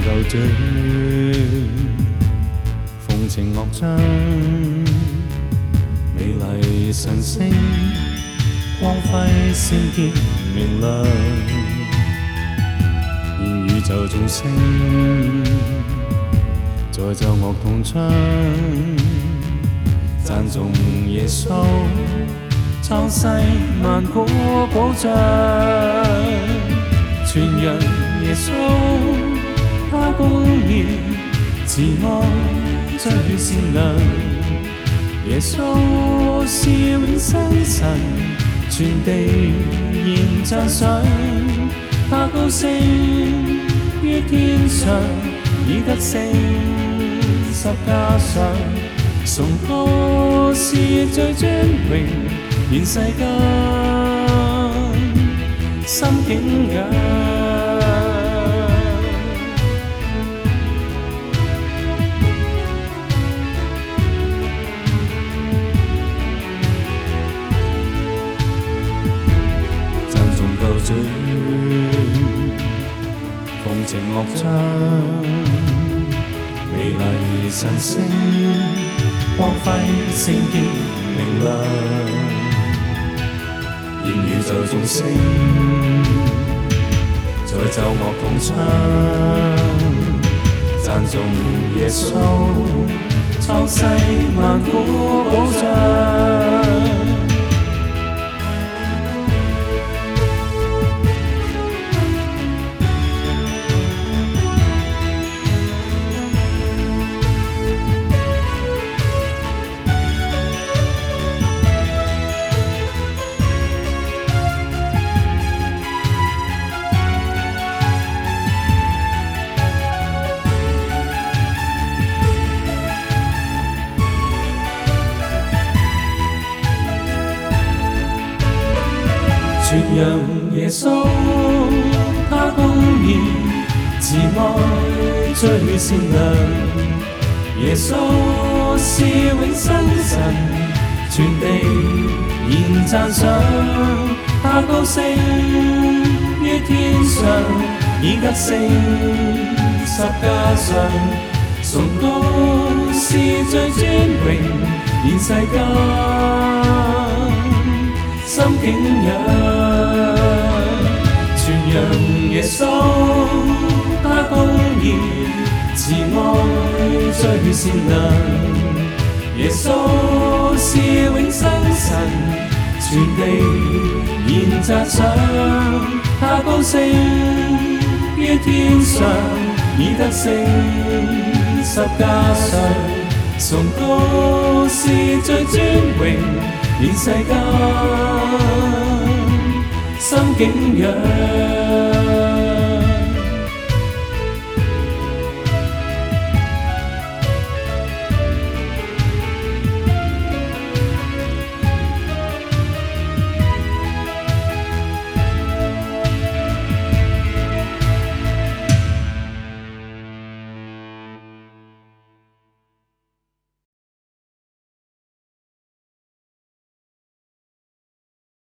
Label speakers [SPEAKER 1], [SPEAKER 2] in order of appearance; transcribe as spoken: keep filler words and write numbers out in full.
[SPEAKER 1] 舊嘴，風情樂章，美麗晨星，光輝聖潔明亮，願宇宙眾星在奏樂同唱，讚頌耶穌，創世萬古保障，傳揚耶穌，他公義慈愛最善良，耶穌是永生神，全地現讚賞，他高升於天上，已得勝十架上，崇高是最尊榮，現世間心景仰。讚頌舊嘴，風情樂章，美麗晨星，光輝聖潔明亮，願宇宙眾星在奏樂同唱，讚頌耶穌，創世萬古保障。傳揚耶穌，他公義慈愛最善良，耶穌是永生神，全地現讚賞，他高升於天上，已得勝十架上，崇高是最尊榮，現世間心景仰。傳揚耶穌，他公義慈愛最善良，耶穌是永生神，全地現讚賞，他高升於天上，已得勝十架上，崇高是最尊榮，現世間心景仰。